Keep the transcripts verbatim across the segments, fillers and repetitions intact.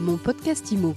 Mon podcast Imo.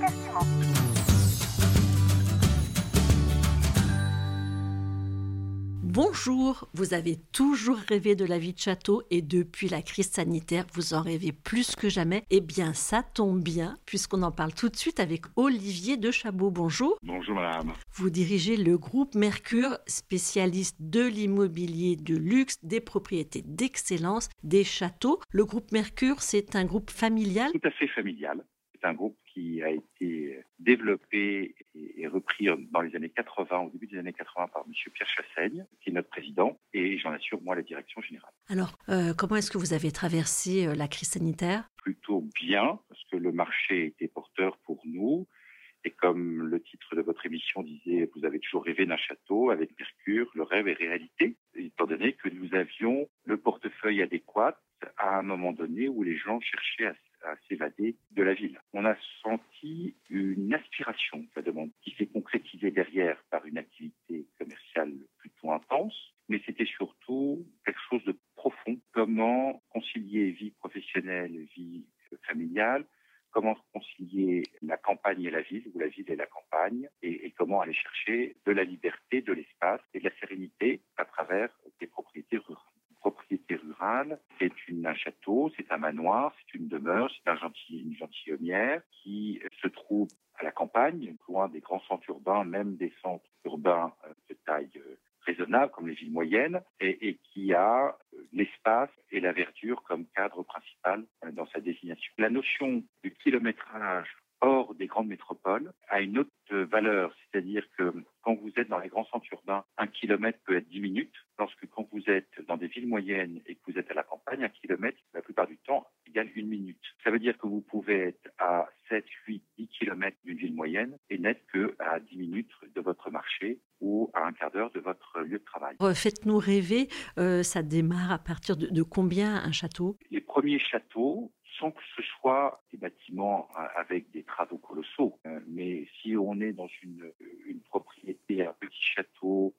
Bonjour, vous avez toujours rêvé de la vie de château et depuis la crise sanitaire, vous en rêvez plus que jamais. Eh bien, ça tombe bien puisqu'on en parle tout de suite avec Olivier de Chabot. Bonjour. Bonjour madame. Vous dirigez le groupe Mercure, spécialiste de l'immobilier de luxe, des propriétés d'excellence, des châteaux. Le groupe Mercure, c'est un groupe familial. Tout à fait familial. C'est un groupe qui a été développé et repris dans les années quatre-vingts, au début des années quatre-vingts, par M. Pierre Chassaigne, qui est notre président, et j'en assure, moi, la direction générale. Alors, euh, comment est-ce que vous avez traversé euh, la crise sanitaire ? Plutôt bien, parce que le marché était porteur pour nous. Et comme le titre de votre émission disait, vous avez toujours rêvé d'un château, avec Mercure, le rêve est réalité, étant donné que nous avions le portefeuille adéquat à un moment donné où les gens cherchaient à, à s'évader de la ville. On a senti une aspiration de la demande qui s'est concrétisée derrière par une activité commerciale plutôt intense, mais c'était surtout quelque chose de profond. Comment concilier vie professionnelle, vie familiale, comment concilier la campagne et la ville, ou la ville et la campagne, et, et comment aller chercher de la liberté, de l'espace et de la sérénité à travers des propriétés rurales. Une propriété rurale, c'est une, un château, c'est un manoir, c'est une demeure, c'est un gentil, une gentilhommière qui se trouve à la campagne, loin des grands centres urbains, même des centres urbains de taille raisonnable, comme les villes moyennes, et, et qui a l'espace et la verdure comme cadre principal dans sa désignation. La notion du kilométrage hors des grandes métropoles a une autre valeur, c'est-à-dire que quand vous êtes dans les grands centres urbains, un kilomètre peut être dix minutes, lorsque quand vous êtes dans des villes moyennes et que vous êtes à la campagne, un kilomètre, la plupart du temps, égale une minute. Ça veut dire que vous pouvez être à sept, huit, dix kilomètres d'une ville moyenne et n'être qu'à dix minutes de votre marché ou à un quart d'heure de votre lieu de travail. Faites-nous rêver, euh, ça démarre à partir de, de combien un château ? Les premiers châteaux, sans que ce soit des bâtiments avec des travaux colossaux, mais si on est dans une, une propriété, un petit château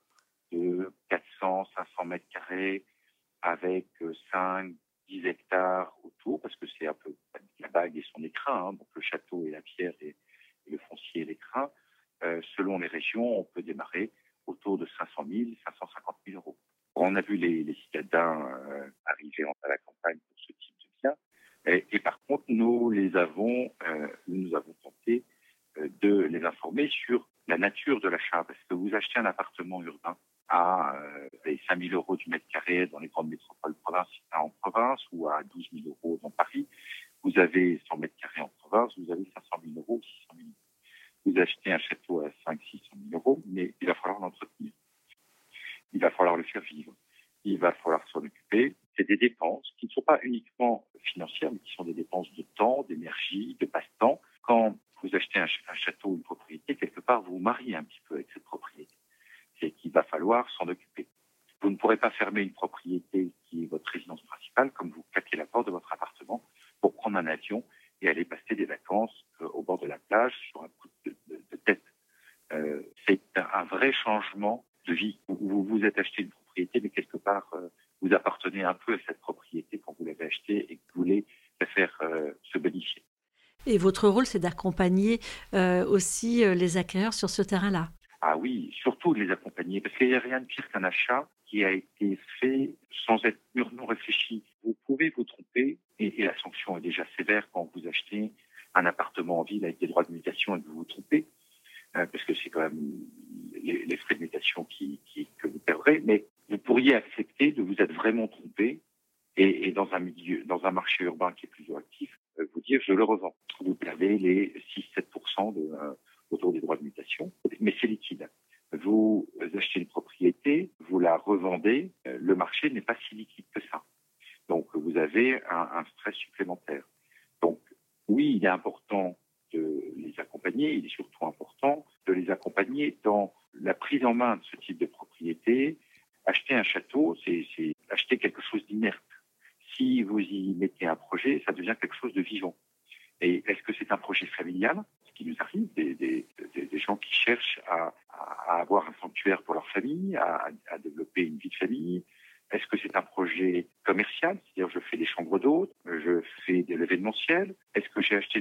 de quatre cents, cinq cents mètres carrés, avec cinq, dix hectares autour, parce que c'est un peu la bague et son écrin, hein, donc le château et la pierre et, et le foncier et l'écrin, euh, selon les régions, on peut démarrer autour de cinq cent mille, cinq cent cinquante mille euros. On a vu les, les citadins euh, arriver à la campagne pour ce type de bien, et, et par contre, nous les avons, euh, nous avons tenté euh, de les informer sur la nature de l'achat, parce que vous achetez un appartement urbain à euh, cinq mille euros du mètre carré dans les grandes métropoles province, en province, ou à douze mille euros dans Paris. Vous avez cent mètres carrés en province, vous avez cinq cent mille euros ou six cent mille euros. Vous achetez un château à cinq cents, six cent mille euros, mais il va falloir l'entretenir. Il va falloir le faire vivre. Il va falloir s'en occuper. C'est des dépenses qui ne sont pas uniquement financières, mais qui sont des dépenses de temps, d'énergie, de passe-temps. Quand vous achetez un, ch- un château ou une propriété, quelque part, vous vous mariez un petit peu avec cette propriété. C'est qu'il va falloir s'en occuper. Vous ne pourrez pas fermer une propriété qui est votre résidence principale, comme vous claquez la porte de votre appartement pour prendre un avion et aller passer des vacances euh, au bord de la plage sur un coup de, de, de tête. Euh, c'est un, un vrai changement de vie. Vous vous êtes acheté une propriété, mais quelque part, euh, vous appartenez un peu à cette propriété quand vous l'avez achetée et que vous voulez la faire euh, se bonifier. Et votre rôle, c'est d'accompagner euh, aussi euh, les acquéreurs sur ce terrain-là. Ah oui, surtout de les accompagner, parce qu'il n'y a rien de pire qu'un achat qui a été fait sans être mûrement réfléchi. Vous pouvez vous tromper, et, et la sanction est déjà sévère quand vous achetez un appartement en ville avec des droits de mutation et que vous vous trompez, euh, parce que c'est quand même les, les frais de mutation qui, qui, que vous perdrez, mais vous pourriez accepter de vous être vraiment trompé et, et dans un milieu, dans un marché urbain qui est plus actif, euh, vous dire je le revends. Vous perdez les six à sept pour cent de, euh, autour des droits de mutation, mais c'est liquide. Vous achetez une propriété, vous la revendez, euh, le marché n'est pas si liquide que ça. Donc vous avez un, un stress supplémentaire. Donc oui, il est important de les accompagner, il est surtout important de les accompagner dans la prise en main de ce type de propriété. Acheter un château, c'est, c'est acheter quelque chose d'inerte. Si vous y mettez un projet, ça devient quelque chose de vivant. Et est-ce que c'est un projet familial, ce qui nous arrive, des, des, des, des gens qui cherchent à, à avoir un sanctuaire pour leur famille, à, à développer une vie de famille? Est-ce que c'est un projet commercial, c'est-à-dire je fais des chambres d'hôtes, je fais de l'événementiel? Est-ce que j'ai acheté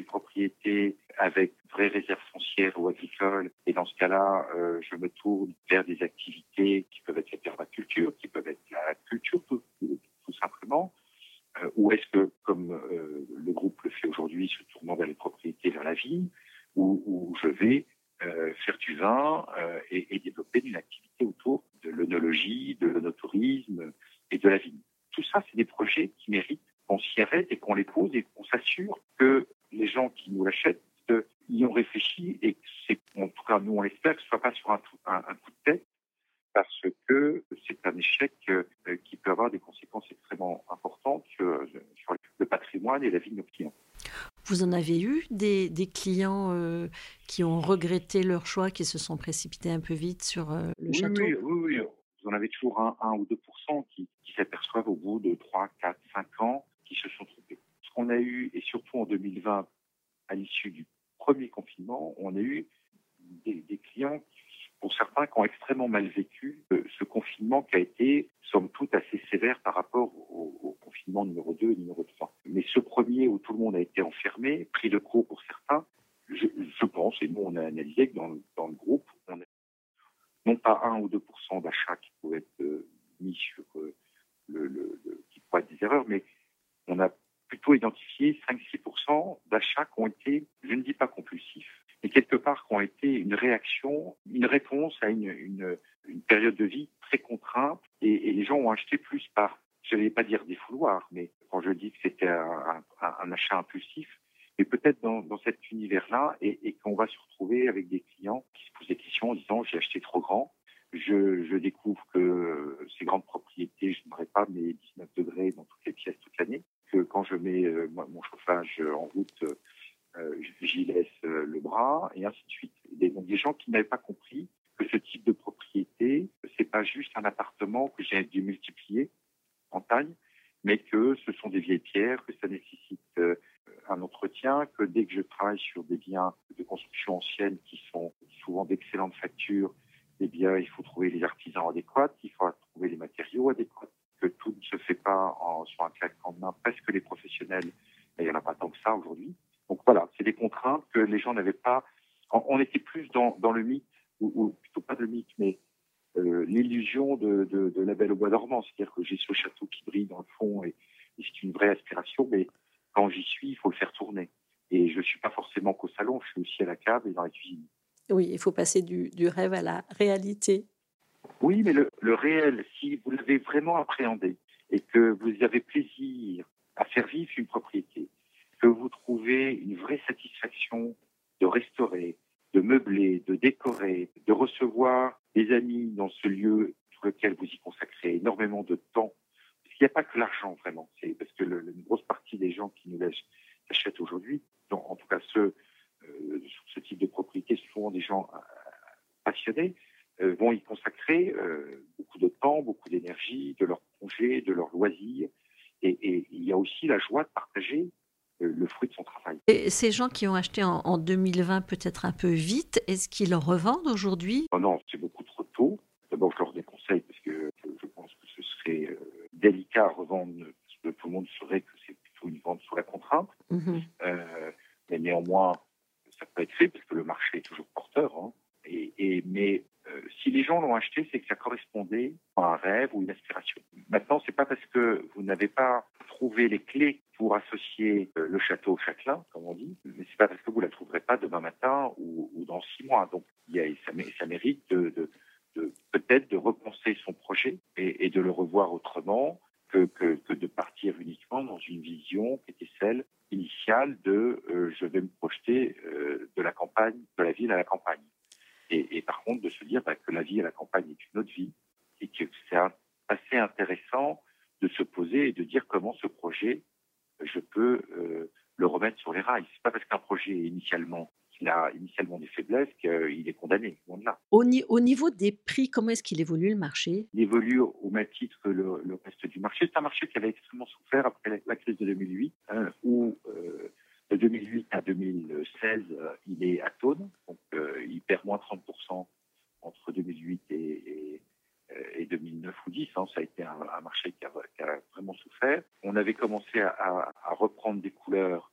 une propriété avec une vraie réserve foncière ou agricole, et dans ce cas-là, euh, je me tourne vers des activités qui peuvent être la permaculture, qui peuvent être la culture tout, tout, tout simplement. Euh, ou est-ce que, comme euh, le groupe le fait aujourd'hui, se tournant vers les propriétés, vers la vigne, où, où je vais euh, faire du vin euh, et, et développer une activité autour de l'œnologie, de l'œnotourisme et de la vigne. Tout ça, c'est des projets qui méritent qu'on s'y arrête et qu'on les pose et qu'on s'assure que les gens qui nous l'achètent euh, y ont réfléchi et que c'est, en tout cas, nous, on l'espère, que ce ne soit pas sur un, un, un coup de tête, parce que c'est un échec euh, qui peut avoir des conséquences extrêmement importantes sur, sur le patrimoine et la vie de nos clients. Vous en avez eu des, des clients euh, qui ont regretté leur choix, qui se sont précipités un peu vite sur euh, le oui, château? Oui, oui, oui. Vous en avez toujours un, un ou deux pour cent qui, qui s'aperçoivent au bout de trois, quatre, cinq ans qui se sont trompés. Ce qu'on a eu, et surtout en deux mille vingt, à l'issue du premier confinement, on a eu des, des clients qui, pour certains, qui ont extrêmement mal vécu euh, ce confinement qui a été, somme toute, assez sévère par rapport au, au confinement numéro deux et numéro trois. Mais ce premier où tout le monde a été enfermé, pris de court pour certains, je, je pense, et nous on a analysé que dans, dans le groupe, on a non pas un ou deux pour cent d'achats qui pouvaient être euh, mis sur euh, le, le, le, qui pourraient être des erreurs, mais on a plutôt identifié cinq à six pour cent d'achats qui ont été, je ne dis pas compulsifs, mais quelque part qui ont été une réaction, une réponse à une, une, une période de vie très contrainte, et, et les gens ont acheté plus par, je ne vais pas dire des fouloirs, mais quand je dis que c'était un, un, un achat impulsif, mais peut-être dans, dans cet univers-là, et, et qu'on va se retrouver avec des clients qui se posent des questions en disant j'ai acheté trop grand, je, je découvre que ces grandes propriétés, je n'aurai pas mes dix-neuf degrés dans toutes les pièces toute l'année, que quand je mets euh, mon chauffage en route, euh, j'y laisse euh, le bras, et ainsi de suite. Et donc des gens qui n'avaient pas compris que ce type de propriété, c'est pas juste un appartement que j'ai dû multiplier en taille, mais que ce sont des vieilles pierres, que ça nécessite euh, un entretien, que dès que je travaille sur des biens de construction ancienne qui sont souvent d'excellente facture, eh bien, il faut trouver les artisans adéquats, il faut trouver les matériaux adéquats, que tout ne se fait pas en, sur un claquement de main, presque les professionnels, et il n'y en a pas tant que ça aujourd'hui. Donc voilà, c'est des contraintes que les gens n'avaient pas. On était plus dans, dans le mythe, ou, ou plutôt pas le mythe, mais euh, l'illusion de, de, de la Belle au bois dormant, c'est-à-dire que j'ai ce château qui brille dans le fond et, et c'est une vraie aspiration, mais quand j'y suis, il faut le faire tourner. Et je ne suis pas forcément qu'au salon, je suis aussi à la cave et dans la cuisine. Oui, il faut passer du, du rêve à la réalité. Oui, mais le, le réel, si vous l'avez vraiment appréhendé et que vous avez plaisir à faire vivre une propriété, que vous trouvez une vraie satisfaction de restaurer, de meubler, de décorer, de recevoir des amis dans ce lieu sur lequel vous y consacrez énormément de temps. Parce qu'il n'y a pas que l'argent, vraiment. C'est parce que le, une grosse partie des gens qui nous l'achètent aujourd'hui, en tout cas ceux euh, sur ce type de propriété, ce sont souvent des gens euh, passionnés, euh, vont y consacrer euh, beaucoup de temps, beaucoup d'énergie, de leurs congés, de leurs loisirs. Et, et il y a aussi la joie de partager le fruit de son travail. Et ces gens qui ont acheté en, en deux mille vingt peut-être un peu vite, est-ce qu'ils revendent aujourd'hui? Oh non, c'est beaucoup trop tôt. D'abord, je leur déconseille parce que je pense que ce serait euh, délicat à revendre, parce que tout le monde saurait que c'est plutôt une vente sous la contrainte. Mmh. Euh, mais néanmoins, ça peut être fait parce que le marché est toujours porteur. Hein. Et, et, mais euh, si les gens l'ont acheté, c'est que ça correspondait à un rêve ou une aspiration. Maintenant, c'est pas parce que vous n'avez pas trouvé les clés pour associer euh, le château au châtelain, comme on dit, mais c'est pas parce que vous la trouverez pas demain matin ou, ou dans six mois. Donc, il y a, ça, ça mérite de, de, de peut-être de repenser son projet et, et de le revoir autrement que, que, que de partir uniquement dans une vision qui était celle initiale de euh, je vais me projeter euh, de la campagne, de la ville à la campagne. Et, et par contre, de se dire bah, que la vie à la campagne est une autre vie et que c'est un, assez intéressant de se poser et de dire comment ce projet, je peux euh, le remettre sur les rails. C'est pas parce qu'un projet est initialement, qu'il a initialement des faiblesses qu'il est condamné. Loin de là. Au, ni- au niveau des prix, comment est-ce qu'il évolue le marché? Il évolue au même titre que le, le reste du marché. C'est un marché qui avait extrêmement souffert après la, la crise de deux mille huit, hein, où euh, de deux mille huit à deux mille seize, euh, il est atone, donc euh, il perd moins trente pour cent entre deux mille huit et, et, et deux mille neuf ou dix. Hein, ça a été un, un marché qui a, qui a vraiment souffert. On avait commencé à, à, à reprendre des couleurs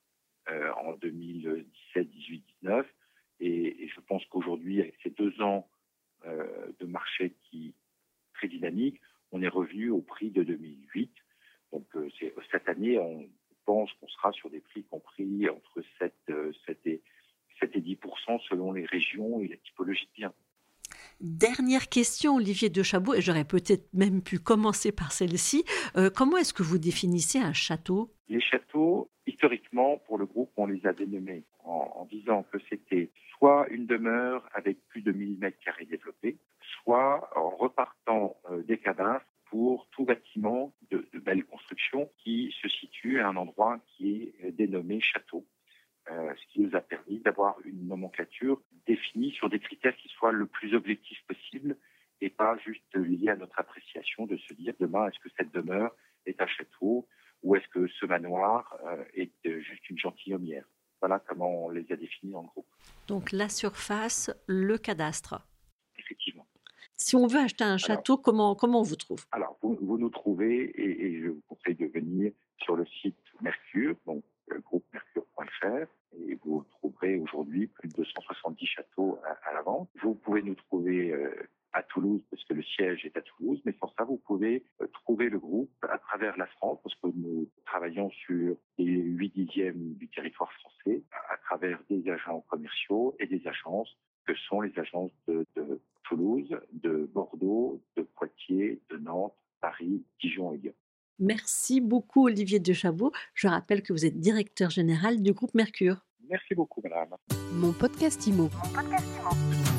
euh, en deux mille dix-sept, dix-huit, dix-neuf. Et, et je pense qu'aujourd'hui, avec ces deux ans euh, de marché qui très dynamique, on est revenu au prix de deux mille huit. Donc euh, c'est, cette année, on pense qu'on sera sur des prix compris entre sept, euh, sept et dix pour cent selon les régions et la typologie de biens. Dernière question, Olivier de Chabot, et j'aurais peut-être même pu commencer par celle-ci. Euh, comment est-ce que vous définissez un château ? Les châteaux, historiquement, pour le groupe, on les a dénommés en, en disant que c'était soit une demeure avec plus de mille mètres carrés développés, soit en repartant euh, des cadastres pour tout bâtiment de, de belle construction qui se situe à un endroit qui est dénommé château. Euh, ce qui nous a permis d'avoir une nomenclature définie sur des critères qui soient le plus objectifs possible et pas juste liés à notre appréciation de se dire demain est-ce que cette demeure est un château ou est-ce que ce manoir euh, est euh, juste une gentilhommière. Voilà comment on les a définis en groupe. Donc la surface, le cadastre. Effectivement. Si on veut acheter un château, alors, comment, comment on vous trouve ? Alors, vous, vous nous trouvez, et, et je vous conseille de venir sur le site Mercure, donc euh, groupe mercure point f r, et vous trouverez aujourd'hui plus de deux cent soixante-dix châteaux à, à la vente. Vous pouvez nous trouver euh, à Toulouse, parce que le siège est à Toulouse, mais sans ça, vous pouvez euh, trouver le groupe à travers la France, parce que nous travaillons sur les huit dixièmes du territoire français, à, à travers des agents commerciaux et des agences, que sont les agences de, de Toulouse, de Bordeaux, de Poitiers, de Nantes, Paris, Dijon et Lyon. Merci beaucoup Olivier de Chabot. Je rappelle que vous êtes directeur général du groupe Mercure. Merci beaucoup madame. Mon podcast Imo. Mon podcast Imo.